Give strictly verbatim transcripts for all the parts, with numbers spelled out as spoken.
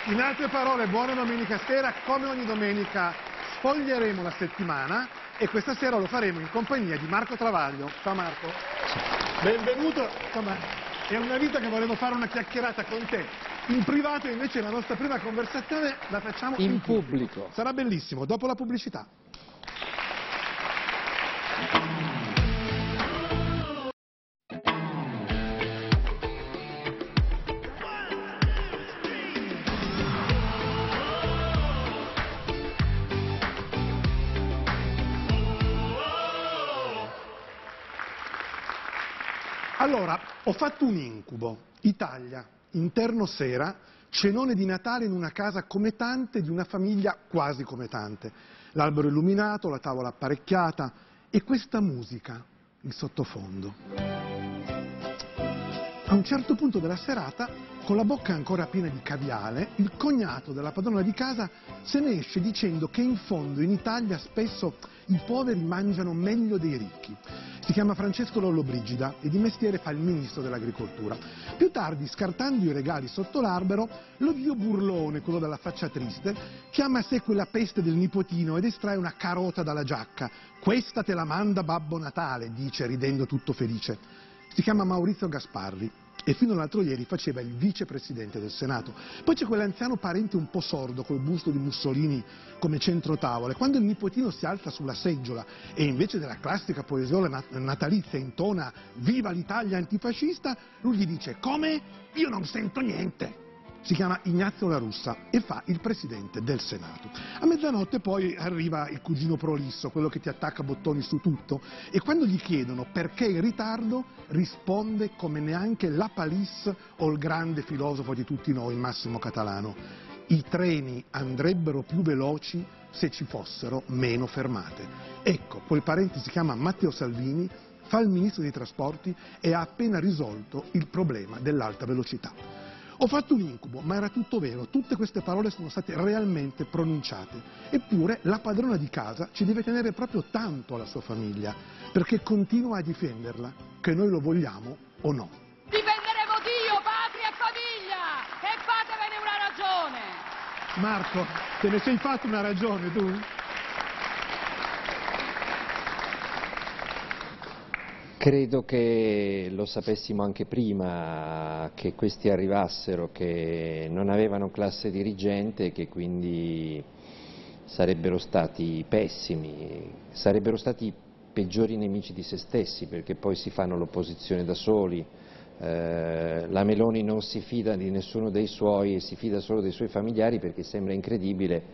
In altre parole, buona domenica sera. Come ogni domenica sfoglieremo la settimana e questa sera lo faremo in compagnia di Marco Travaglio. Ciao Marco. Benvenuto. Insomma, è una vita che volevo fare una chiacchierata con te. In privato invece la nostra prima conversazione la facciamo in, in pubblico. pubblico. Sarà bellissimo, dopo la pubblicità. Allora, ho fatto un incubo. Italia, interno sera, cenone di Natale in una casa come tante, di una famiglia quasi come tante. L'albero illuminato, la tavola apparecchiata e questa musica, il sottofondo. A un certo punto della serata, con la bocca ancora piena di caviale, il cognato della padrona di casa se ne esce dicendo che in fondo in Italia spesso i poveri mangiano meglio dei ricchi. Si chiama Francesco Lollobrigida e di mestiere fa il ministro dell'agricoltura. Più tardi, scartando i regali sotto l'albero, lo zio burlone, quello dalla faccia triste, chiama a sé quella peste del nipotino ed estrae una carota dalla giacca. «Questa te la manda Babbo Natale», dice ridendo tutto felice. Si chiama Maurizio Gasparri e fino all'altro ieri faceva il vicepresidente del Senato. Poi c'è quell'anziano parente un po' sordo col busto di Mussolini come centrotavola e quando il nipotino si alza sulla seggiola e invece della classica poesia natalizia intona «Viva l'Italia antifascista», lui gli dice «Come? Io non sento niente». Si chiama Ignazio La Russa e fa il presidente del Senato. A mezzanotte poi arriva il cugino prolisso, quello che ti attacca bottoni su tutto, e quando gli chiedono perché in ritardo risponde come neanche la Palisse o il grande filosofo di tutti noi, Massimo Catalano: i treni andrebbero più veloci se ci fossero meno fermate. Ecco, quel parente si chiama Matteo Salvini, fa il ministro dei trasporti e ha appena risolto il problema dell'alta velocità. Ho fatto un incubo, ma era tutto vero, tutte queste parole sono state realmente pronunciate. Eppure la padrona di casa ci deve tenere proprio tanto alla sua famiglia, perché continua a difenderla, che noi lo vogliamo o no. Difenderemo Dio, patria e famiglia, e fatevene una ragione! Marco, te ne sei fatto una ragione tu? Credo che lo sapessimo anche prima che questi arrivassero, che non avevano classe dirigente e che quindi sarebbero stati pessimi, sarebbero stati i peggiori nemici di se stessi, perché poi si fanno l'opposizione da soli. Eh, la Meloni non si fida di nessuno dei suoi e si fida solo dei suoi familiari, perché sembra incredibile,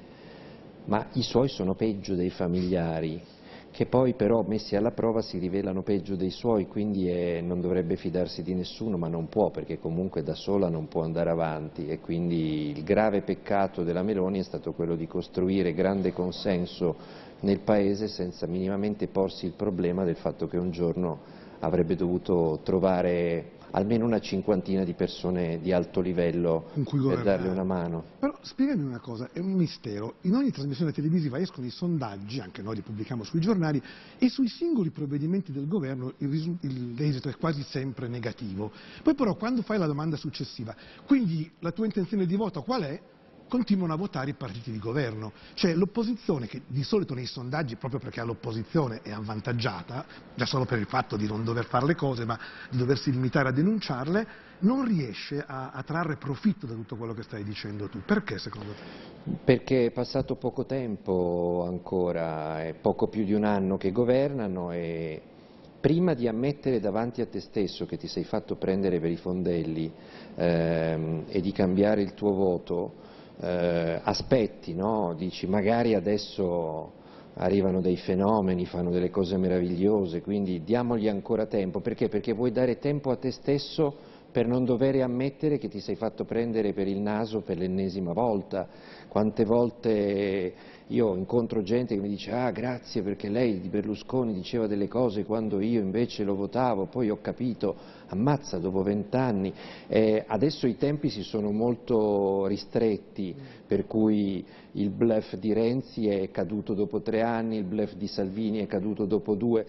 ma i suoi sono peggio dei familiari, che poi però messi alla prova si rivelano peggio dei suoi, quindi è, non dovrebbe fidarsi di nessuno, ma non può, perché comunque da sola non può andare avanti, e quindi il grave peccato della Meloni è stato quello di costruire grande consenso nel Paese senza minimamente porsi il problema del fatto che un giorno avrebbe dovuto trovare almeno una cinquantina di persone di alto livello per darle una mano. Però spiegami una cosa, è un mistero, in ogni trasmissione televisiva escono i sondaggi, anche noi li pubblichiamo sui giornali, e sui singoli provvedimenti del governo l'esito è quasi sempre negativo. Poi però quando fai la domanda successiva, quindi la tua intenzione di voto qual è? Continuano a votare i partiti di governo, cioè l'opposizione, che di solito nei sondaggi, proprio perché l'opposizione è avvantaggiata, già solo per il fatto di non dover fare le cose ma di doversi limitare a denunciarle, non riesce a, a trarre profitto da tutto quello che stai dicendo tu. Perché secondo te? Perché è passato poco tempo ancora, è poco più di un anno che governano, e prima di ammettere davanti a te stesso che ti sei fatto prendere per i fondelli ehm, e di cambiare il tuo voto, Eh, aspetti, no? Dici magari adesso arrivano dei fenomeni, fanno delle cose meravigliose, quindi diamogli ancora tempo. Perché? Perché vuoi dare tempo a te stesso per non dover ammettere che ti sei fatto prendere per il naso per l'ennesima volta. Quante volte io incontro gente che mi dice ah grazie perché lei di Berlusconi diceva delle cose quando io invece lo votavo, poi ho capito, ammazza, dopo vent'anni. Eh, adesso i tempi si sono molto ristretti, per cui il bluff di Renzi è caduto dopo tre anni, il bluff di Salvini è caduto dopo due.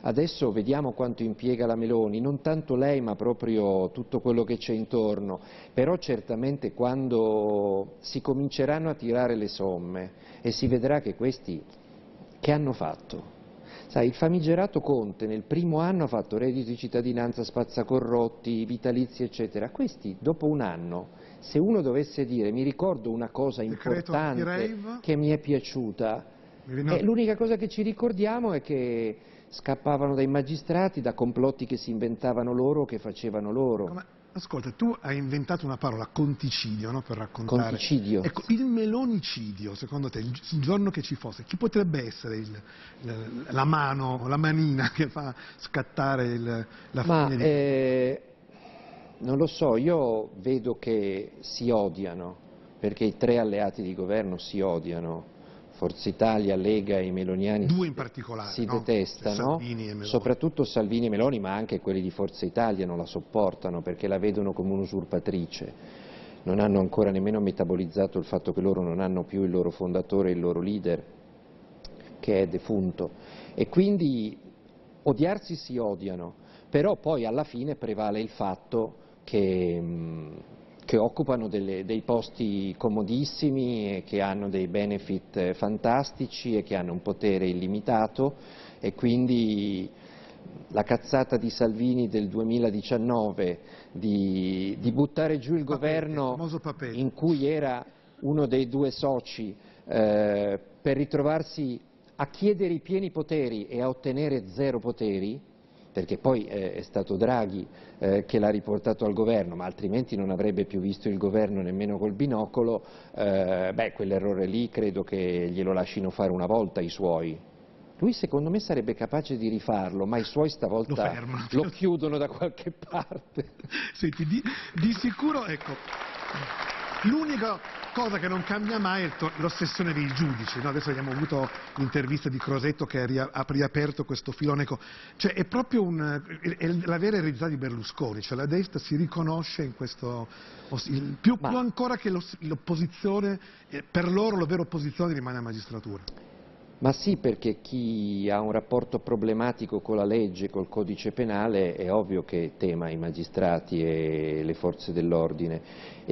adesso vediamo quanto impiega la Meloni, non tanto lei ma proprio tutto quello che c'è intorno, però certamente quando si cominceranno a tirare le somme e si vedrà che questi che hanno fatto? Sai, il famigerato Conte nel primo anno ha fatto reddito di cittadinanza, spazzacorrotti, vitalizi eccetera, questi dopo un anno, se uno dovesse dire mi ricordo una cosa importante che mi è piaciuta, eh, l'unica cosa che ci ricordiamo è che scappavano dai magistrati, da complotti che si inventavano loro o che facevano loro. Come... Ascolta, tu hai inventato una parola, conticidio, no? Per raccontare. Conticidio. Ecco, il melonicidio, secondo te, il, il giorno che ci fosse, chi potrebbe essere il, il, la mano, la manina che fa scattare il, la Ma, fine di... eh, non lo so, io vedo che si odiano, perché i tre alleati di governo si odiano. Forza Italia, Lega e i meloniani Due in particolare, si no? detestano, Salvini e Meloni. Soprattutto Salvini e Meloni, ma anche quelli di Forza Italia non la sopportano perché la vedono come un'usurpatrice. Non hanno ancora nemmeno metabolizzato il fatto che loro non hanno più il loro fondatore, il loro leader, che è defunto. E quindi odiarsi si odiano, però poi alla fine prevale il fatto che... Mh, che occupano delle, dei posti comodissimi e che hanno dei benefit fantastici e che hanno un potere illimitato e quindi la cazzata di Salvini del duemiladiciannove di, di buttare giù il governo in cui era uno dei due soci eh, per ritrovarsi a chiedere i pieni poteri e a ottenere zero poteri, perché poi eh, è stato Draghi eh, che l'ha riportato al governo, ma altrimenti non avrebbe più visto il governo nemmeno col binocolo, eh, beh, quell'errore lì credo che glielo lascino fare una volta i suoi. Lui secondo me sarebbe capace di rifarlo, ma i suoi stavolta lo, fermano, lo chiudono da qualche parte. Senti, di, di sicuro, ecco, l'unica cosa che non cambia mai è l'ossessione dei giudici, no? Adesso abbiamo avuto l'intervista di Crosetto che ha riaperto questo filone, cioè è proprio un, è la vera eredità di Berlusconi, cioè la destra si riconosce in questo, più, Ma... più ancora che l'opposizione, per loro la vera opposizione rimane la magistratura. Ma sì, perché chi ha un rapporto problematico con la legge, col codice penale, è ovvio che tema i magistrati e le forze dell'ordine.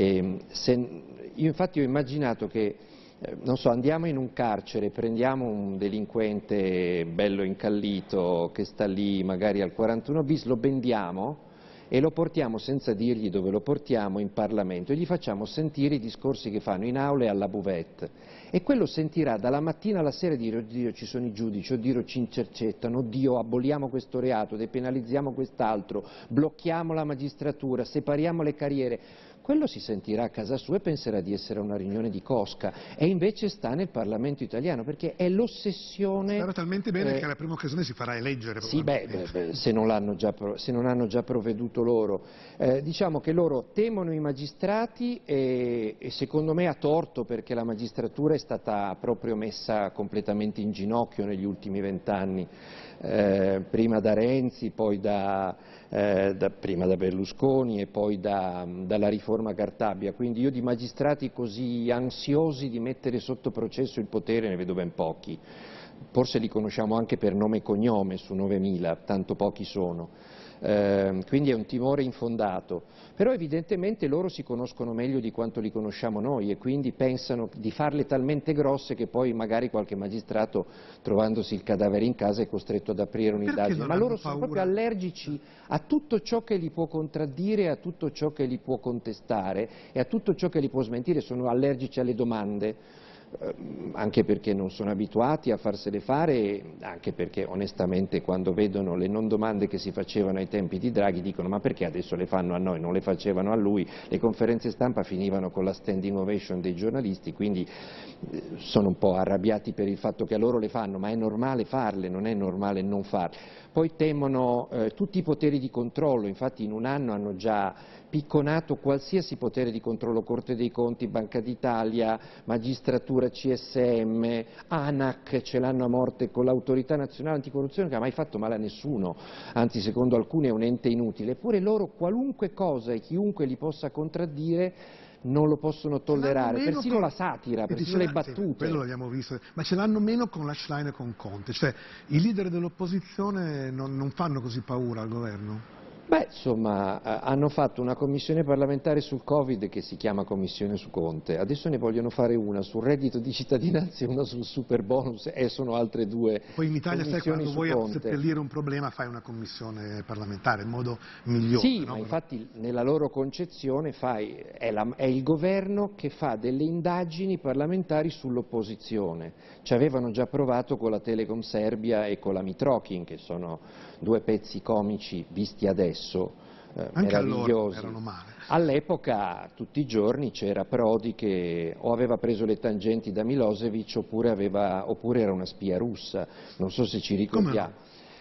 Io infatti ho immaginato che, eh, non so, andiamo in un carcere, prendiamo un delinquente bello incallito che sta lì magari al quarantuno bis, lo bendiamo e lo portiamo senza dirgli dove lo portiamo in Parlamento e gli facciamo sentire i discorsi che fanno in aula e alla buvette. E quello sentirà dalla mattina alla sera dire oddio ci sono i giudici, oddio ci intercettano, oddio aboliamo questo reato, depenalizziamo quest'altro, blocchiamo la magistratura, separiamo le carriere. Quello si sentirà a casa sua e penserà di essere a una riunione di cosca e invece sta nel Parlamento italiano perché è l'ossessione... Spero talmente bene eh, che alla prima occasione si farà eleggere. Sì, beh, beh, se non l'hanno già, se non hanno già provveduto loro. Eh, diciamo che loro temono i magistrati e, e secondo me a torto perché la magistratura è stata proprio messa completamente in ginocchio negli ultimi vent'anni. Eh, prima da Renzi, poi da, eh, da, prima da Berlusconi e poi da, dalla riforma Cartabia, quindi io di magistrati così ansiosi di mettere sotto processo il potere ne vedo ben pochi, forse li conosciamo anche per nome e cognome su novemila, tanto pochi sono. Eh, quindi è un timore infondato, però evidentemente loro si conoscono meglio di quanto li conosciamo noi e quindi pensano di farle talmente grosse che poi magari qualche magistrato trovandosi il cadavere in casa è costretto ad aprire un'indagine, ma loro sono proprio allergici a tutto ciò che li può contraddire, a tutto ciò che li può contestare e a tutto ciò che li può smentire, sono allergici alle domande. Anche perché non sono abituati a farsele fare, anche perché onestamente quando vedono le non domande che si facevano ai tempi di Draghi dicono ma perché adesso le fanno a noi, non le facevano a lui, le conferenze stampa finivano con la standing ovation dei giornalisti, quindi sono un po' arrabbiati per il fatto che a loro le fanno, ma è normale farle, non è normale non farle. Poi temono eh, tutti i poteri di controllo, infatti in un anno hanno già picconato qualsiasi potere di controllo, Corte dei Conti, Banca d'Italia, Magistratura, C S M, ANAC, ce l'hanno a morte con l'Autorità Nazionale Anticorruzione che non ha mai fatto male a nessuno, anzi secondo alcuni è un ente inutile, eppure loro qualunque cosa e chiunque li possa contraddire non lo possono tollerare, persino con... la satira, persino le battute. Sì, quello l'abbiamo visto, ma ce l'hanno meno con la Schlein e con Conte, cioè i leader dell'opposizione non, non fanno così paura al governo? Beh, insomma, hanno fatto una commissione parlamentare sul Covid che si chiama Commissione su Conte, adesso ne vogliono fare una sul reddito di cittadinanza e una sul super bonus e sono altre due Poi in Italia sai quando vuoi Conte. seppellire un problema fai una commissione parlamentare, il modo migliore. Sì, no? ma infatti nella loro concezione fai, è, la, è il governo che fa delle indagini parlamentari sull'opposizione. Ci avevano già provato con la Telecom Serbia e con la Mitrokin, che sono due pezzi comici visti adesso, eh, Anche meravigliosi. allora erano male. All'epoca tutti i giorni c'era Prodi che o aveva preso le tangenti da Milosevic oppure, aveva, oppure era una spia russa, non so se ci ricordiamo.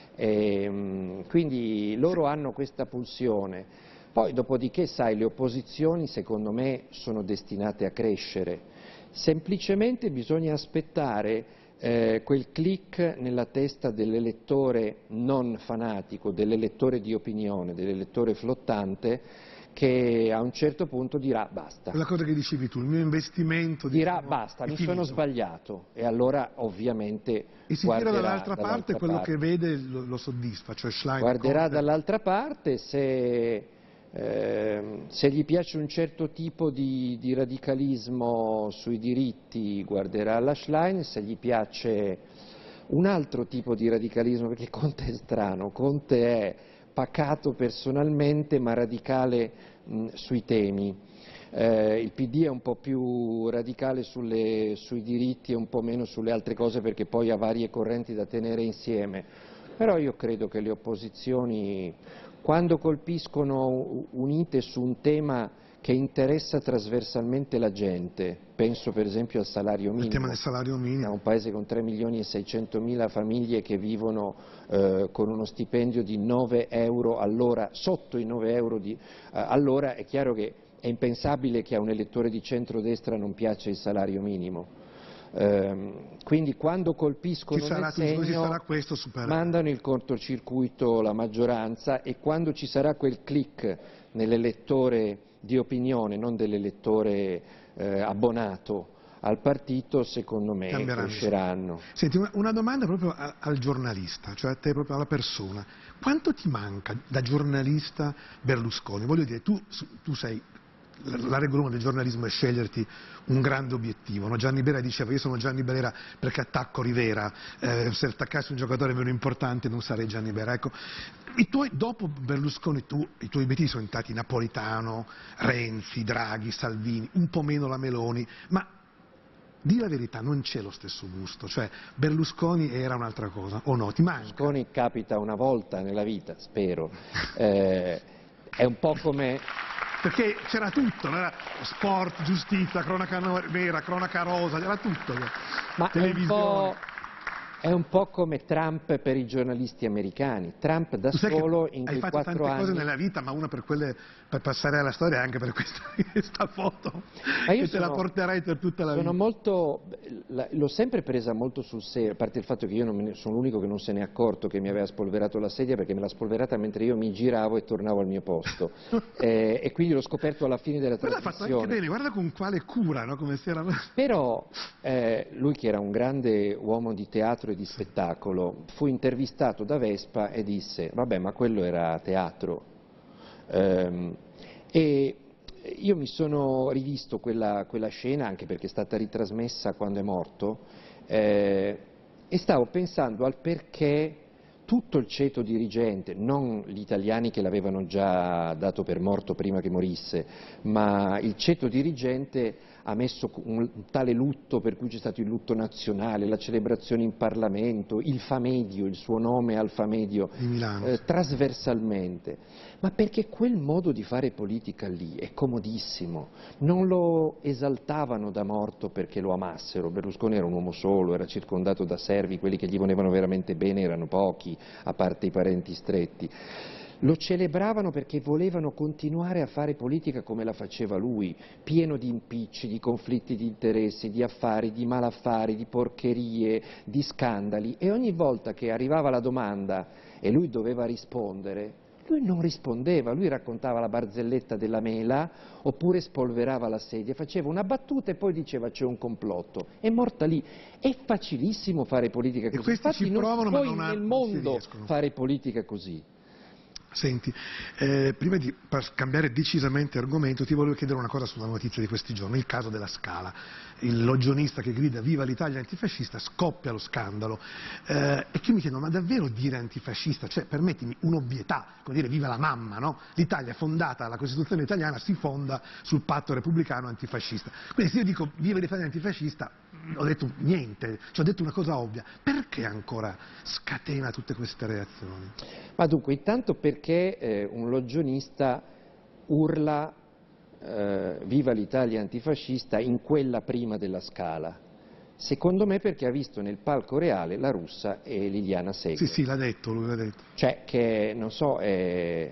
E, quindi loro hanno questa pulsione. Poi dopodiché, sai, le opposizioni secondo me sono destinate a crescere, semplicemente bisogna aspettare eh, quel click nella testa dell'elettore non fanatico, dell'elettore di opinione, dell'elettore flottante, che a un certo punto dirà basta. Quella cosa che dicevi tu, il mio investimento... Dirà diciamo, basta, mi finito. sono sbagliato e allora ovviamente e si tira dall'altra dall'altra parte quello parte. che vede lo, lo soddisfa, cioè Schlein Guarderà Conte. dall'altra parte se, eh, se gli piace un certo tipo di, di radicalismo sui diritti guarderà la Schlein, se gli piace un altro tipo di radicalismo, perché Conte è strano, Conte è pacato personalmente ma radicale mh, sui temi. Eh, il P D è un po' più radicale sulle, sui diritti e un po' meno sulle altre cose perché poi ha varie correnti da tenere insieme, però io credo che le opposizioni quando colpiscono unite su un tema che interessa trasversalmente la gente, penso per esempio al salario minimo, il tema del salario minimo. Siamo un paese con tre milioni e seicentomila famiglie che vivono eh, con uno stipendio di nove euro all'ora, sotto i nove euro di, eh, all'ora, è chiaro che è impensabile che a un elettore di centrodestra non piaccia il salario minimo. Eh, quindi quando colpiscono ci sarà, nel segno ci sarà questo mandano il cortocircuito la maggioranza e quando ci sarà quel click nell'elettore di opinione, non dell'elettore eh, abbonato al partito, secondo me cresceranno. Senti, una, una domanda proprio a, al giornalista, cioè a te proprio alla persona. Quanto ti manca da giornalista Berlusconi? Voglio dire, tu, tu sei... La regola uno del giornalismo è sceglierti un grande obiettivo, no? Gianni Brera diceva io sono Gianni Brera perché attacco Rivera, eh, se attaccassi un giocatore meno importante non sarei Gianni Brera. Ecco, i tuoi, dopo Berlusconi tu, i tuoi obiettivi sono diventati Napolitano, Renzi, Draghi, Salvini, un po' meno la Meloni, ma di la verità non c'è lo stesso gusto, cioè Berlusconi era un'altra cosa, o no? Ti manca? Berlusconi capita una volta nella vita, spero, eh, è un po' come... Perché c'era tutto, era sport, giustizia, cronaca vera, cronaca rosa, c'era tutto. Ma televisione. È un po' come Trump per i giornalisti americani. Trump da solo in quei quattro anni... Hai fatto tante cose nella vita, ma una per quelle per passare alla storia e anche per questa, questa foto. Ma io che sono, te la porterai per tutta la sono vita. Molto, l'ho sempre presa molto sul serio, a parte il fatto che io non me ne, sono l'unico che non se n'è accorto che mi aveva spolverato la sedia perché me l'ha spolverata mentre io mi giravo e tornavo al mio posto. eh, e quindi l'ho scoperto alla fine della Quella trasmissione. Ha fatto anche bene, guarda con quale cura, no? Come si era... Però eh, lui che era un grande uomo di teatro e di spettacolo, fu intervistato da Vespa e disse vabbè ma quello era teatro ehm, e io mi sono rivisto quella, quella scena anche perché è stata ritrasmessa quando è morto eh, e stavo pensando al perché tutto il ceto dirigente, non gli italiani che l'avevano già dato per morto prima che morisse, ma il ceto dirigente ha messo un tale lutto per cui c'è stato il lutto nazionale, la celebrazione in Parlamento, il Famedio, il suo nome al Famedio, eh, trasversalmente, ma perché quel modo di fare politica lì è comodissimo, non lo esaltavano da morto perché lo amassero, Berlusconi era un uomo solo, era circondato da servi, quelli che gli volevano veramente bene erano pochi, a parte i parenti stretti. Lo celebravano perché volevano continuare a fare politica come la faceva lui, pieno di impicci, di conflitti di interessi, di affari, di malaffari, di porcherie, di scandali e ogni volta che arrivava la domanda e lui doveva rispondere, lui non rispondeva, lui raccontava la barzelletta della mela, oppure spolverava la sedia, faceva una battuta e poi diceva c'è un complotto, è morta lì. È facilissimo fare politica così, E questi infatti ci non provano, si ma può non ha- nel non si mondo riescono. fare politica così. Senti, eh, prima di per cambiare decisamente argomento, ti volevo chiedere una cosa sulla notizia di questi giorni, il caso della Scala. Il logionista che grida "Viva l'Italia antifascista", scoppia lo scandalo. Eh, e che mi chiedo, ma davvero dire antifascista? Cioè, permettimi, un'ovvietà, come dire "viva la mamma", no? L'Italia è fondata, la Costituzione italiana si fonda sul patto repubblicano antifascista. Quindi se io dico "viva l'Italia antifascista", ho detto niente, cioè ho detto una cosa ovvia. Perché ancora scatena tutte queste reazioni? Ma dunque, intanto perché eh, un logionista urla eh, "Viva l'Italia antifascista" in quella prima della Scala? Secondo me perché ha visto nel palco reale la Russa e Liliana Segre. Sì, sì, l'ha detto, lui l'ha detto. Cioè che, non so, è,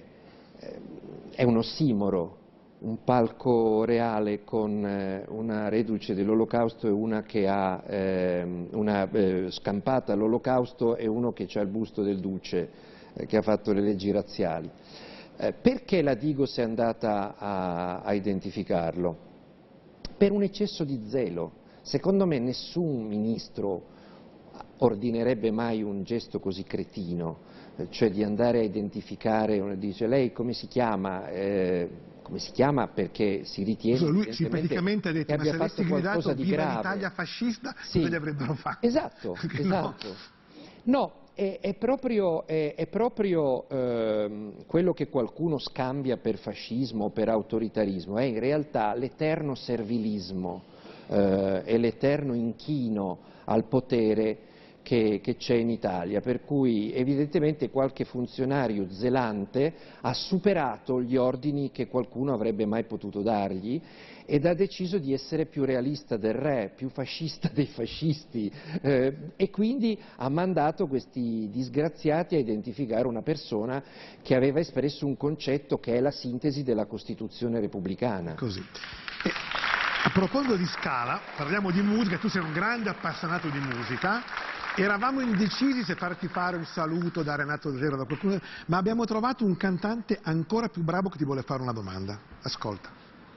è un ossimoro, un palco reale con eh, una reduce dell'Olocausto e una che ha eh, una eh, scampata all'Olocausto e uno che ha il busto del Duce eh, che ha fatto le leggi razziali. Eh, perché la Digos è andata a, a identificarlo? Per un eccesso di zelo. Secondo me nessun ministro ordinerebbe mai un gesto così cretino, eh, cioè di andare a identificare, uno dice "lei come si chiama?", eh, come si chiama perché si ritiene Lui evidentemente simpaticamente ha detto che "ma abbia se avessi fatto qualcosa gridato di "viva grave". l'Italia fascista", Sì. cosa gli avrebbero fatto? Esatto, Perché esatto. no? No, è, è proprio, è, è proprio ehm, quello che qualcuno scambia per fascismo o per autoritarismo, è in realtà l'eterno servilismo eh, e l'eterno inchino al potere che, che c'è in Italia, per cui evidentemente qualche funzionario zelante ha superato gli ordini che qualcuno avrebbe mai potuto dargli ed ha deciso di essere più realista del re, più fascista dei fascisti eh, e quindi ha mandato questi disgraziati a identificare una persona che aveva espresso un concetto che è la sintesi della Costituzione repubblicana. Così. E, a proposito di Scala, parliamo di musica, tu sei un grande appassionato di musica. Eravamo indecisi se farti fare un saluto da Renato Zero, da qualcuno, ma abbiamo trovato un cantante ancora più bravo che ti vuole fare una domanda. Ascolta.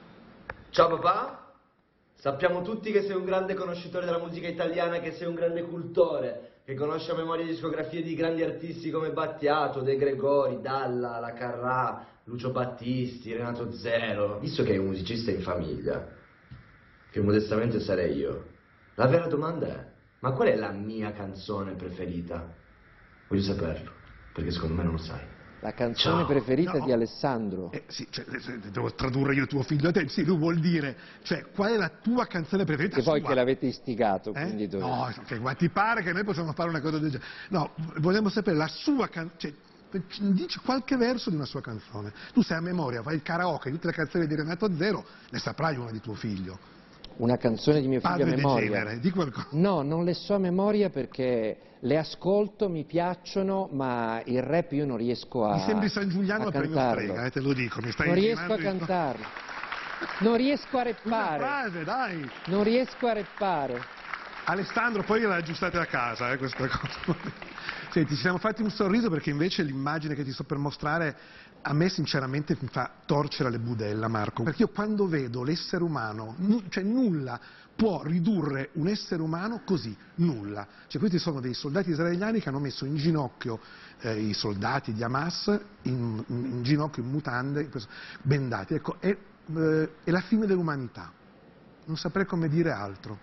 Ciao papà, sappiamo tutti che sei un grande conoscitore della musica italiana, che sei un grande cultore, che conosce a memoria discografie di grandi artisti come Battiato, De Gregori, Dalla, La Carrà, Lucio Battisti, Renato Zero. Visto che è un musicista in famiglia, che modestamente sarei io, la vera domanda è: ma qual è la mia canzone preferita? Voglio saperlo, perché secondo me non lo sai. La canzone Ciao. preferita No. di Alessandro. Eh, sì, cioè, devo tradurre io tuo figlio a te, sì, lui vuol dire, cioè, qual è la tua canzone preferita? Che voi sua? che l'avete istigato, Eh? quindi dove... No, okay, ma ti pare che noi possiamo fare una cosa del genere? No, vogliamo sapere la sua canzone, cioè, dici qualche verso di una sua canzone. Tu sai a memoria, fai il karaoke, tutte le canzoni di Renato Zero, ne saprai una di tuo figlio. Una canzone di mio figlio a Padre memoria? degenere, di qualcosa. No, non le so a memoria perché le ascolto, mi piacciono, ma il rap io non riesco a Mi sembri San Giuliano a al premio cantarlo. Strega, eh, te lo dico, mi stai Non riesco a insinuando di- cantarlo. Non riesco a Una reppare. frase, dai! Non riesco a reppare. Alessandro, poi la aggiustate a casa, eh, questa cosa. Senti, ci siamo fatti un sorriso perché invece l'immagine che ti sto per mostrare a me sinceramente mi fa torcere le budella, Marco. Perché io quando vedo l'essere umano, nu- cioè nulla può ridurre un essere umano così, nulla. Cioè questi sono dei soldati israeliani che hanno messo in ginocchio eh, i soldati di Hamas, in, in, in ginocchio, in mutande, in questo- bendati. Ecco, è, eh, è la fine dell'umanità. Non saprei come dire altro.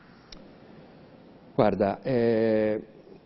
Guarda, eh,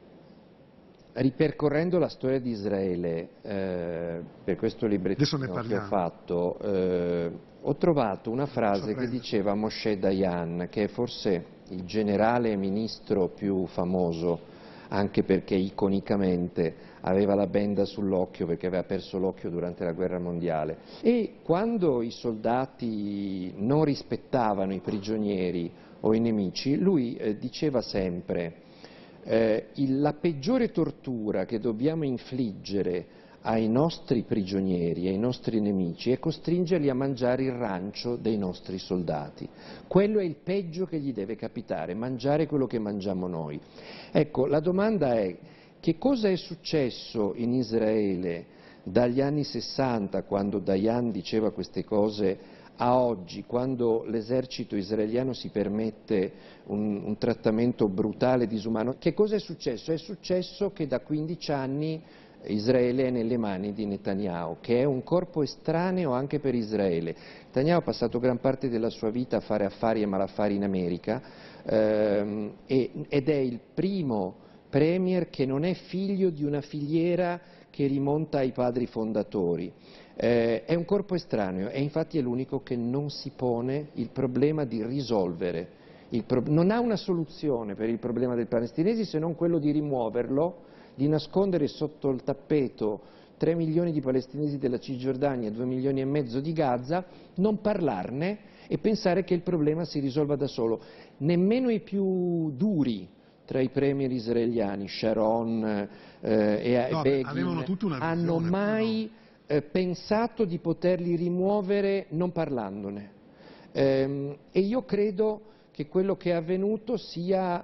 ripercorrendo la storia di Israele, eh, per questo Adesso ne librettino che ho parliamo. fatto, eh, ho trovato una frase che Sorprende. diceva Moshe Dayan, che è forse il generale ministro più famoso, anche perché iconicamente aveva la benda sull'occhio perché aveva perso l'occhio durante la guerra mondiale. E quando i soldati non rispettavano i prigionieri o i nemici, lui eh, diceva sempre eh, il, la peggiore tortura che dobbiamo infliggere ai nostri prigionieri, ai nostri nemici, è costringerli a mangiare il rancio dei nostri soldati. Quello è il peggio che gli deve capitare, mangiare quello che mangiamo noi. Ecco, la domanda è: che cosa è successo in Israele dagli anni sessanta, quando Dayan diceva queste cose, a oggi, quando l'esercito israeliano si permette un, un trattamento brutale e disumano, che cosa è successo? È successo che da quindici anni Israele è nelle mani di Netanyahu, che è un corpo estraneo anche per Israele. Netanyahu ha passato gran parte della sua vita a fare affari e malaffari in America ehm, e, ed è il primo premier che non è figlio di una filiera che rimonta ai padri fondatori. Eh, è un corpo estraneo e infatti è l'unico che non si pone il problema di risolvere. Il pro- non ha una soluzione per il problema dei palestinesi se non quello di rimuoverlo, di nascondere sotto il tappeto tre milioni di palestinesi della Cisgiordania e due milioni e mezzo di Gaza, non parlarne e pensare che il problema si risolva da solo. Nemmeno i più duri tra i premier israeliani, Sharon eh, e no, Begin, hanno mai no. eh, pensato di poterli rimuovere non parlandone. Ehm, e io credo che quello che è avvenuto sia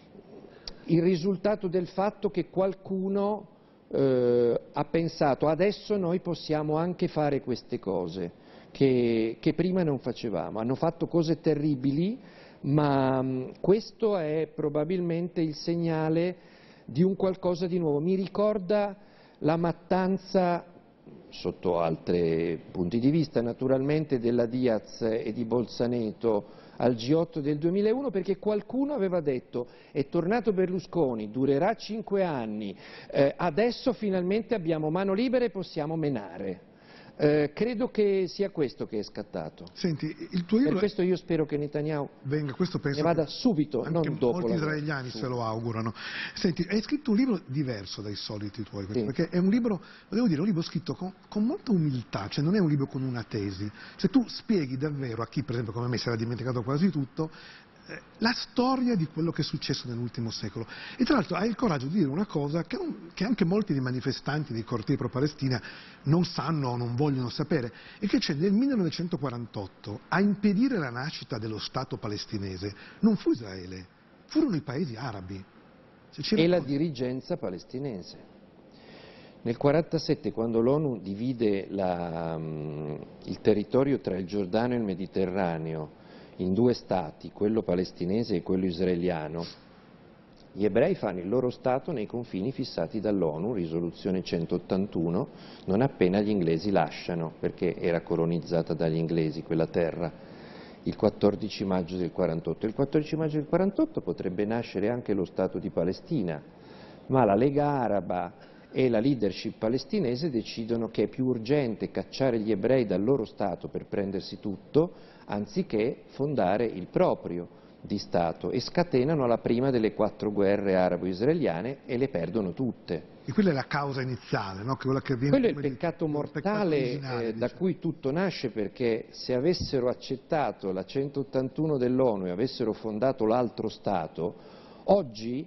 il risultato del fatto che qualcuno eh, ha pensato adesso noi possiamo anche fare queste cose che, che prima non facevamo. Hanno fatto cose terribili, ma mh, questo è probabilmente il segnale di un qualcosa di nuovo. Mi ricorda la mattanza, sotto altri punti di vista naturalmente, della Diaz e di Bolzaneto al G otto del duemilauno, perché qualcuno aveva detto è tornato Berlusconi, durerà cinque anni, eh, adesso finalmente abbiamo mano libera e possiamo menare. Eh, credo che sia questo che è scattato. Senti, il tuo libro per questo io spero che Netanyahu venga, questo penso ne vada subito, anche non dopo molti la israeliani se lo augurano. Senti, hai scritto un libro diverso dai soliti tuoi, Sì. perché è un libro, lo devo dire, un libro scritto con, con molta umiltà, cioè non è un libro con una tesi. Se tu spieghi davvero a chi, per esempio, come me si era dimenticato quasi tutto, eh, la storia di quello che è successo nell'ultimo secolo. E tra l'altro hai il coraggio di dire una cosa che, che anche molti dei manifestanti dei cortei pro-Palestina non sanno o non vogliono sapere, e che c'è nel millenovecentoquarantotto a impedire la nascita dello Stato palestinese non fu Israele, furono i paesi arabi. E la dirigenza palestinese. Nel millenovecentoquarantasette, quando l'ONU divide la, um, il territorio tra il Giordano e il Mediterraneo in due stati, quello palestinese e quello israeliano, gli ebrei fanno il loro Stato nei confini fissati dall'ONU, risoluzione centottantuno, non appena gli inglesi lasciano, perché era colonizzata dagli inglesi quella terra, il quattordici maggio del quarantotto. Il quattordici maggio del quarantotto potrebbe nascere anche lo Stato di Palestina, ma la Lega Araba e la leadership palestinese decidono che è più urgente cacciare gli ebrei dal loro Stato per prendersi tutto, anziché fondare il proprio di Stato, e scatenano la prima delle quattro guerre arabo-israeliane e le perdono tutte. E quella è la causa iniziale, no? Che quella che viene Quello è il peccato di, mortale il peccato eh, da diciamo. cui tutto nasce, perché se avessero accettato la centottantuno dell'ONU e avessero fondato l'altro Stato, oggi,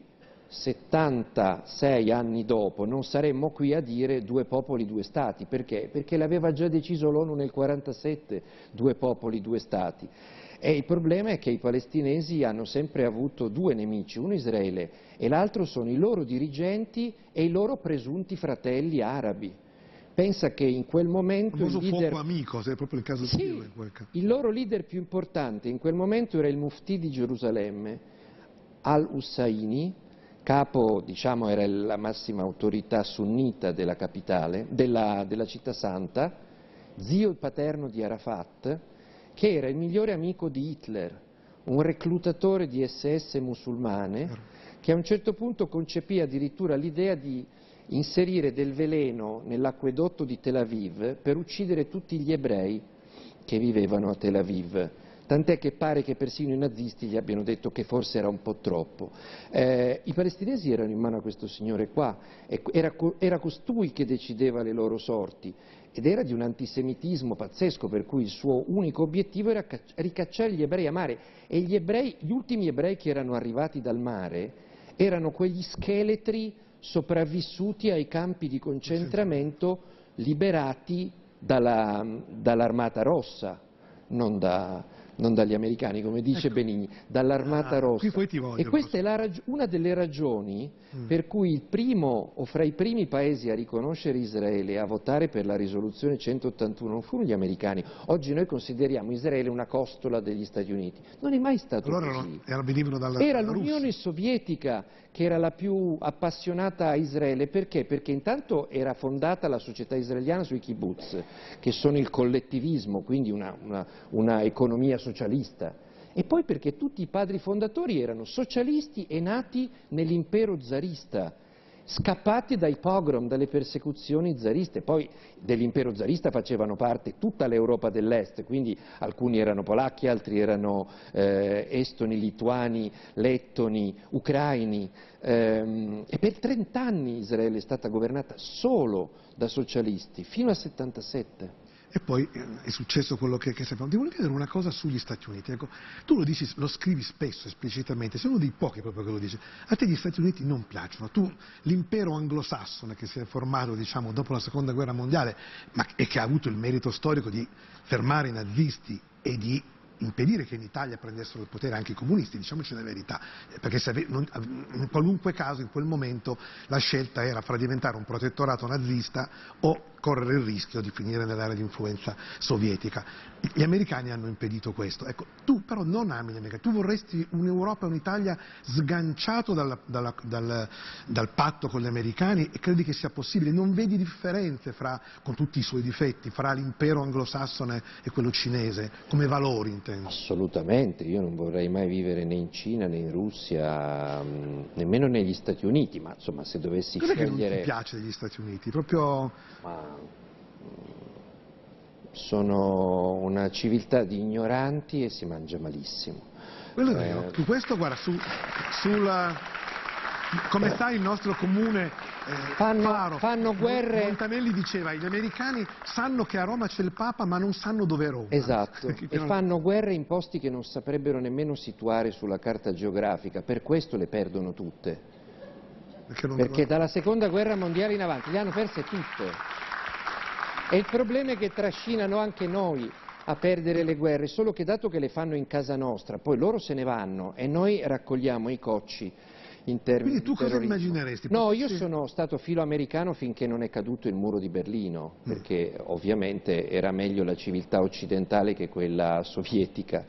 settantasei anni dopo, non saremmo qui a dire due popoli, due Stati. Perché? Perché l'aveva già deciso l'ONU nel quarantasette, due popoli, due Stati. E il problema è che i palestinesi hanno sempre avuto due nemici, uno Israele e l'altro sono i loro dirigenti e i loro presunti fratelli arabi. Pensa che in quel momento il, il leader... fuoco amico, se è proprio il caso sì, di Dio in quel caso. Il loro leader più importante in quel momento era il Muftì di Gerusalemme, Al-Husayni, capo, diciamo, era la massima autorità sunnita della capitale, della, della città santa, zio paterno di Arafat, che era il migliore amico di Hitler, un reclutatore di esse esse musulmane, che a un certo punto concepì addirittura l'idea di inserire del veleno nell'acquedotto di Tel Aviv per uccidere tutti gli ebrei che vivevano a Tel Aviv. Tant'è che pare che persino i nazisti gli abbiano detto che forse era un po' troppo. Eh, I palestinesi erano in mano a questo signore qua, era, era costui che decideva le loro sorti, ed era di un antisemitismo pazzesco, per cui il suo unico obiettivo era ricacciare gli ebrei a mare, e gli ebrei, gli ultimi ebrei che erano arrivati dal mare erano quegli scheletri sopravvissuti ai campi di concentramento liberati dalla, dall'Armata Rossa, non da... non dagli americani, come dice ecco. Benigni, dall'Armata ah, Rossa. qui poi ti voglio, e questa è la rag- una delle ragioni mm. per cui il primo o fra i primi paesi a riconoscere Israele e a votare per la risoluzione centottantuno non furono gli americani. Oggi noi consideriamo Israele una costola degli Stati Uniti. Non è mai stato allora così. Era, venivano dalla, era dalla l'Unione Russia. Sovietica che era la più appassionata a Israele. Perché? Perché intanto era fondata la società israeliana sui kibbutz, che sono il collettivismo, quindi una, una, una economia socialista, e poi perché tutti i padri fondatori erano socialisti e nati nell'impero zarista, scappati dai pogrom, dalle persecuzioni zariste. Poi dell'impero zarista facevano parte tutta l'Europa dell'Est, quindi alcuni erano polacchi, altri erano eh, estoni, lituani, lettoni, ucraini, ehm, e per trent'anni Israele è stata governata solo da socialisti, fino al settantasette. E poi eh, è successo quello che, che sappiamo. Ti volevo chiedere una cosa sugli Stati Uniti. Ecco, tu lo dici, lo scrivi spesso esplicitamente, sei uno dei pochi proprio che lo dice. A te gli Stati Uniti non piacciono. Tu, l'impero anglosassone che si è formato, diciamo, dopo la seconda guerra mondiale, ma, e che ha avuto il merito storico di fermare i nazisti e di impedire che in Italia prendessero il potere anche i comunisti, diciamoci la verità, perché se ave, non, in qualunque caso in quel momento la scelta era fra diventare un protettorato nazista o correre il rischio di finire nell'area di influenza sovietica. Gli americani hanno impedito questo. Ecco, tu però non ami gli americani, tu vorresti un'Europa e un'Italia sganciato dalla, dalla, dal, dal patto con gli americani, e credi che sia possibile? Non vedi differenze fra, con tutti i suoi difetti, fra l'impero anglosassone e quello cinese, come valori intendo? Assolutamente, io non vorrei mai vivere né in Cina né in Russia, mh, nemmeno negli Stati Uniti, ma insomma se dovessi Cos'è scegliere... che non ti piace degli Stati Uniti? Proprio... Ma... sono una civiltà di ignoranti e si mangia malissimo. Quello è vero. Eh... Su questo, guarda, su, sulla... come sai il nostro comune eh, fanno, Faro, fanno guerre... Montanelli diceva, gli americani sanno che a Roma c'è il Papa ma non sanno dove è Roma. Esatto, e fanno guerre in posti che non saprebbero nemmeno situare sulla carta geografica, per questo le perdono tutte. Perché, non Perché dalla seconda guerra mondiale in avanti le hanno perse tutte. E il problema è che trascinano anche noi a perdere le guerre, solo che dato che le fanno in casa nostra, poi loro se ne vanno e noi raccogliamo i cocci in termini di terrorismo. Quindi tu cosa immagineresti? No, io sono stato filoamericano finché non è caduto il muro di Berlino, mm. perché ovviamente era meglio la civiltà occidentale che quella sovietica.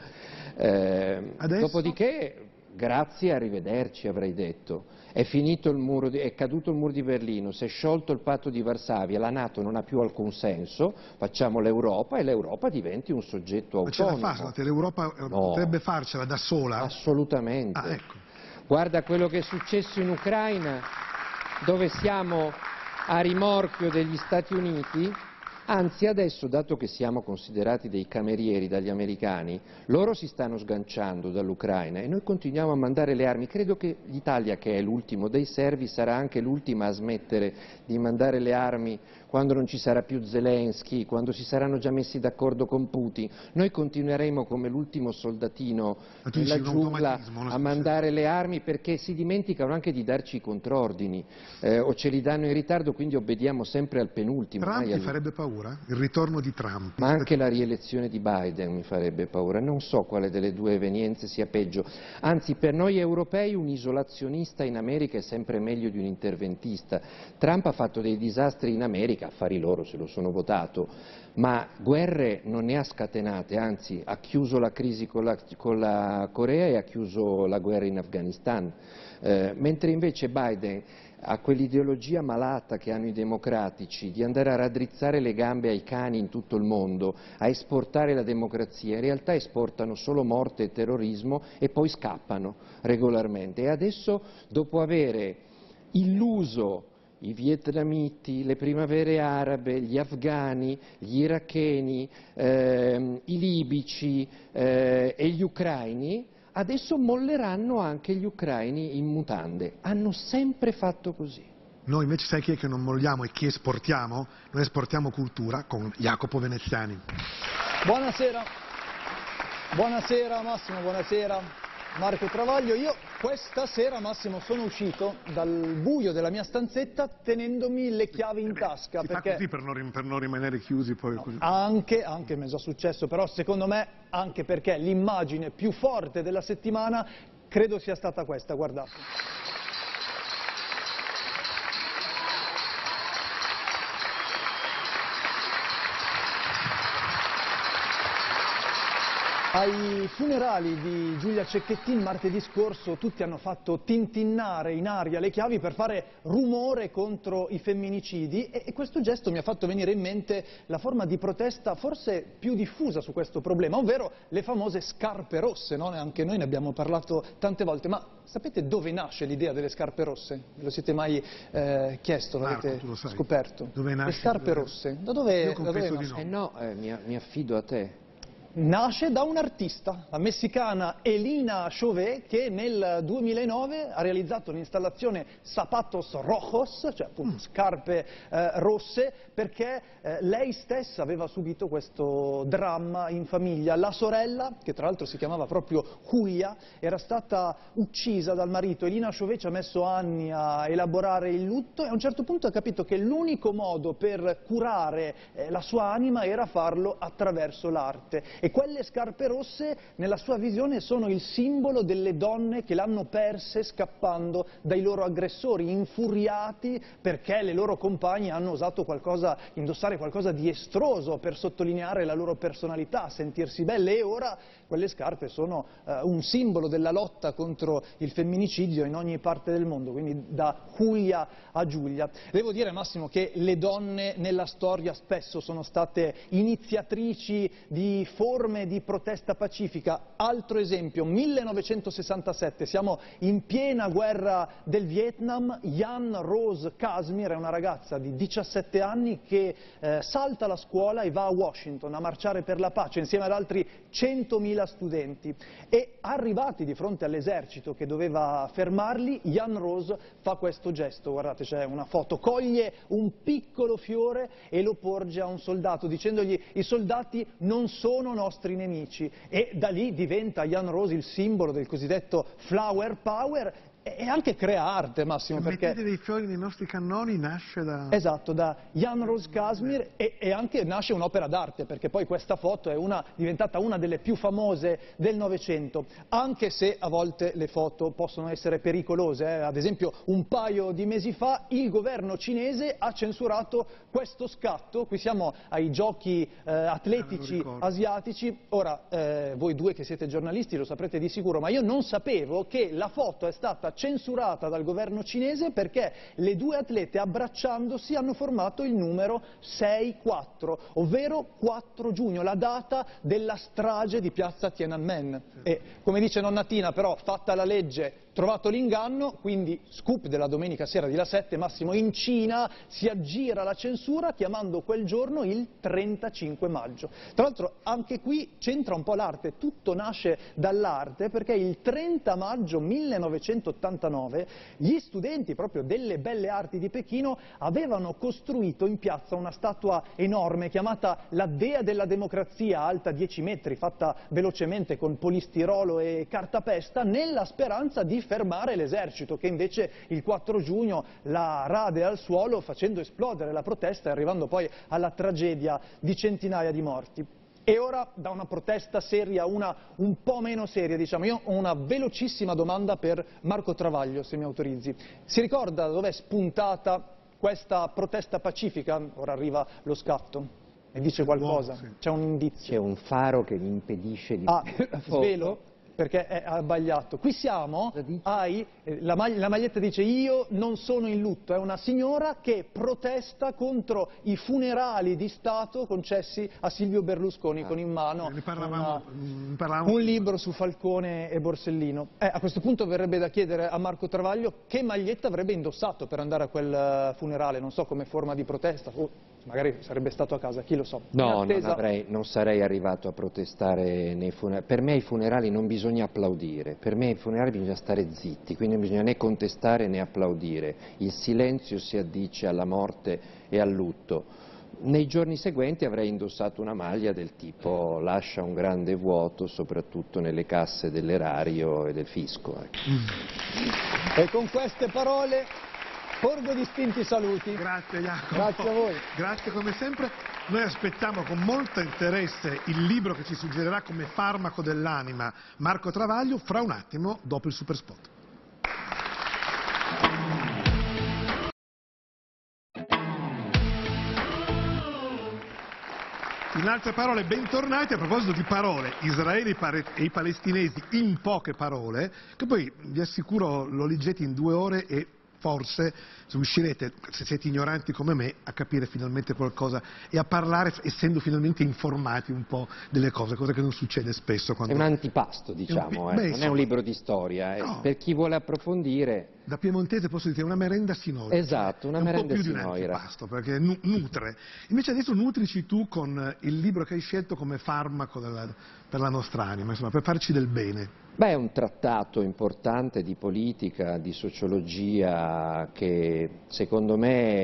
Eh, dopodiché, grazie, arrivederci avrei detto. È finito il muro di, è caduto il muro di Berlino, si è sciolto il patto di Varsavia, la NATO non ha più alcun senso, facciamo l'Europa e l'Europa diventi un soggetto autonomo. Ma ce la fa? L'Europa no. potrebbe farcela da sola? Assolutamente. Ah, ecco. Guarda quello che è successo in Ucraina, dove siamo a rimorchio degli Stati Uniti. Anzi, adesso, dato che siamo considerati dei camerieri dagli americani, loro si stanno sganciando dall'Ucraina e noi continuiamo a mandare le armi. Credo che l'Italia, che è l'ultimo dei servi, sarà anche l'ultima a smettere di mandare le armi quando non ci sarà più Zelensky, quando si saranno già messi d'accordo con Putin. Noi continueremo come l'ultimo soldatino nella giungla a mandare le armi, perché si dimenticano anche di darci i contrordini, eh, o ce li danno in ritardo, quindi obbediamo sempre al penultimo. Trump ti farebbe paura? Il ritorno di Trump? Ma anche la rielezione di Biden mi farebbe paura. Non so quale delle due evenienze sia peggio. Anzi, per noi europei un isolazionista in America è sempre meglio di un interventista. Trump ha fatto dei disastri in America, affari loro, se lo sono votato, ma guerre non ne ha scatenate, anzi ha chiuso la crisi con la, con la Corea e ha chiuso la guerra in Afghanistan, eh, mentre invece Biden ha quell'ideologia malata che hanno i democratici di andare a raddrizzare le gambe ai cani in tutto il mondo, a esportare la democrazia. In realtà esportano solo morte e terrorismo e poi scappano regolarmente. E adesso, dopo avere illuso i vietnamiti, le primavere arabe, gli afghani, gli iracheni, ehm, i libici eh, e gli ucraini, adesso molleranno anche gli ucraini in mutande. Hanno sempre fatto così. Noi invece sai chi è che non molliamo e chi esportiamo? Noi esportiamo cultura con Jacopo Veneziani. Buonasera, buonasera Massimo, buonasera. Marco Travaglio. Io questa sera, Massimo, sono uscito dal buio della mia stanzetta tenendomi le chiavi in tasca. Si perché... fa così per non, per non rimanere chiusi poi. No, Così. anche, anche mi è già successo, però secondo me anche perché l'immagine più forte della settimana credo sia stata questa, guardate. Ai funerali di Giulia Cecchettin martedì scorso tutti hanno fatto tintinnare in aria le chiavi per fare rumore contro i femminicidi e, e questo gesto mi ha fatto venire in mente la forma di protesta forse più diffusa su questo problema, ovvero le famose scarpe rosse, no? Anche noi ne abbiamo parlato tante volte, ma sapete dove nasce l'idea delle scarpe rosse? Ve lo siete mai eh, chiesto, l'avete scoperto? Dove nasce? Le scarpe dove... rosse, da dove, da dove nasce? No. Eh no, eh, mi, mi affido a te. Nasce da un artista, la messicana Elina Chauvet, che nel duemilanove ha realizzato l'installazione Zapatos Rojos, cioè appunto scarpe eh, rosse, perché eh, lei stessa aveva subito questo dramma in famiglia. La sorella, che tra l'altro si chiamava proprio Julia, era stata uccisa dal marito. Elina Chauvet ci ha messo anni a elaborare il lutto e a un certo punto ha capito che l'unico modo per curare eh, la sua anima era farlo attraverso l'arte. E quelle scarpe rosse, nella sua visione, sono il simbolo delle donne che l'hanno perse scappando dai loro aggressori, infuriati perché le loro compagne hanno osato qualcosa, indossare qualcosa di estroso per sottolineare la loro personalità, sentirsi belle, e ora quelle scarpe sono eh, un simbolo della lotta contro il femminicidio in ogni parte del mondo, quindi da Julia a Giulia. Devo dire, Massimo, che le donne nella storia spesso sono state iniziatrici di forme di protesta pacifica. Altro esempio, millenovecentosessantasette, siamo in piena guerra del Vietnam. Jan Rose Kazmir è una ragazza di diciassette anni che eh, salta la scuola e va a Washington a marciare per la pace insieme ad altri centomila studenti, e arrivati di fronte all'esercito che doveva fermarli, Jan Rose fa questo gesto, guardate, c'è una foto, coglie un piccolo fiore e lo porge a un soldato dicendogli: i soldati non sono nostri nemici, e da lì diventa Jan Rose il simbolo del cosiddetto flower power. E anche crea arte, Massimo, perché... Mettete dei fiori nei nostri cannoni nasce da... Esatto, da Jan Rose Kazmir, e, e anche nasce un'opera d'arte, perché poi questa foto è una, diventata una delle più famose del Novecento, anche se a volte le foto possono essere pericolose. Eh. Ad esempio, un paio di mesi fa il governo cinese ha censurato questo scatto. Qui siamo ai giochi eh, atletici eh, asiatici. Ora, eh, voi due che siete giornalisti lo saprete di sicuro, ma io non sapevo che la foto è stata censurata dal governo cinese perché le due atlete, abbracciandosi, hanno formato il numero sei quattro, ovvero quattro giugno, la data della strage di piazza Tiananmen. E come dice nonna Tina, però, fatta la legge, trovato l'inganno, quindi scoop della domenica sera di La sette, Massimo, in Cina si aggira la censura chiamando quel giorno il trentacinque maggio. Tra l'altro anche qui c'entra un po' l'arte, tutto nasce dall'arte, perché il trenta maggio millenovecentottantanove gli studenti proprio delle Belle Arti di Pechino avevano costruito in piazza una statua enorme chiamata la Dea della Democrazia, alta dieci metri, fatta velocemente con polistirolo e cartapesta, nella speranza di fermare l'esercito, che invece il quattro giugno la rade al suolo facendo esplodere la protesta e arrivando poi alla tragedia di centinaia di morti. E ora, da una protesta seria a una un po' meno seria, diciamo, io ho una velocissima domanda per Marco Travaglio, se mi autorizzi. Si ricorda dov'è spuntata questa protesta pacifica? Ora arriva lo scatto. Mi dice qualcosa? C'è un indizio? C'è un faro che gli impedisce di... Ah, svelo? Perché è abbagliato. Qui siamo ai, eh, la, mag la maglietta dice: io non sono in lutto, è una signora che protesta contro i funerali di Stato concessi a Silvio Berlusconi, ah. con in mano ne parlavamo, una, ne parlavamo. un libro su Falcone e Borsellino. Eh, a questo punto verrebbe da chiedere a Marco Travaglio che maglietta avrebbe indossato per andare a quel funerale, non so, come forma di protesta. Oh. Magari sarebbe stato a casa, chi lo so. No, attesa... non, avrei, non sarei arrivato a protestare nei funerali. Per me ai funerali non bisogna applaudire, per me ai funerali bisogna stare zitti, quindi non bisogna né contestare né applaudire. Il silenzio si addice alla morte e al lutto. nei giorni seguenti avrei indossato una maglia del tipo lascia un grande vuoto soprattutto nelle casse dell'erario e del fisco. Ecco. Mm. E con queste parole porgo distinti saluti. Grazie Jacopo. Grazie a voi. Grazie come sempre. Noi aspettiamo con molto interesse il libro che ci suggerirà come farmaco dell'anima Marco Travaglio fra un attimo dopo il super spot. In altre parole, bentornati. A proposito di parole, Israele e i palestinesi in poche parole, che poi vi assicuro lo leggete in due ore e forse riuscirete, se siete ignoranti come me, a capire finalmente qualcosa e a parlare essendo finalmente informati un po' delle cose, cosa che non succede spesso. Quando... È un antipasto, diciamo, è un... eh. Beh, non è un libro di storia, no. eh. Per chi vuole approfondire... Da piemontese posso dire una merenda sinoira. Esatto, una è un merenda po' più sinoira. di un antipasto, perché nu nutre. Invece adesso nutrici tu con il libro che hai scelto come farmaco della, per la nostra anima, insomma, per farci del bene. Beh, è un trattato importante di politica, di sociologia, che secondo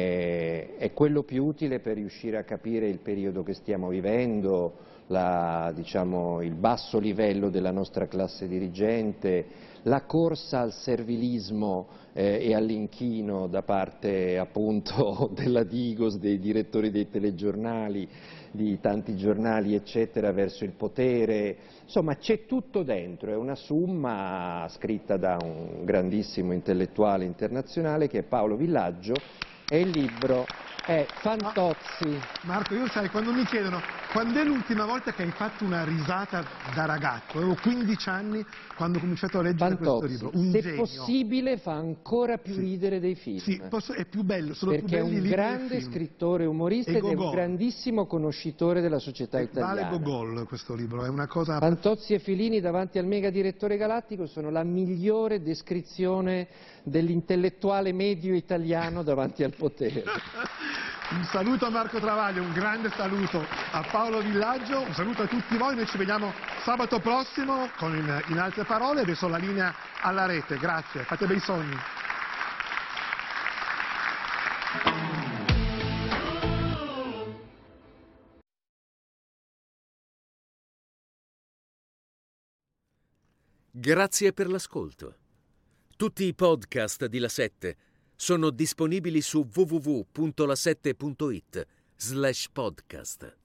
me è quello più utile per riuscire a capire il periodo che stiamo vivendo, la, diciamo, il basso livello della nostra classe dirigente, la corsa al servilismo eh, e all'inchino da parte appunto della Digos, dei direttori dei telegiornali, di tanti giornali eccetera verso il potere, insomma c'è tutto dentro, è una summa scritta da un grandissimo intellettuale internazionale che è Paolo Villaggio e il libro è Fantozzi. Marco, io sai, quando mi chiedono quando è l'ultima volta che hai fatto una risata da ragazzo, avevo quindici anni quando ho cominciato a leggere Fantozzi, questo libro, un se genio. possibile fa ancora più Sì. ridere dei film. Sì, posso, è più bello, sono perché più belli è i un libri grande dei film. scrittore umorista E ed è un Gogol. grandissimo conoscitore della società Eh, italiana. Vale Gogol questo libro, è una cosa... Fantozzi e Filini davanti al mega direttore galattico sono la migliore descrizione dell'intellettuale medio italiano davanti al potere. Un saluto a Marco Travaglio, un grande saluto a Paolo Villaggio, un saluto a tutti voi, noi ci vediamo sabato prossimo con in, in altre parole, adesso la linea alla rete, grazie, fate bei sogni. Grazie per l'ascolto. Tutti i podcast di La Sette sono disponibili su w w w punto la sette punto it slash podcast.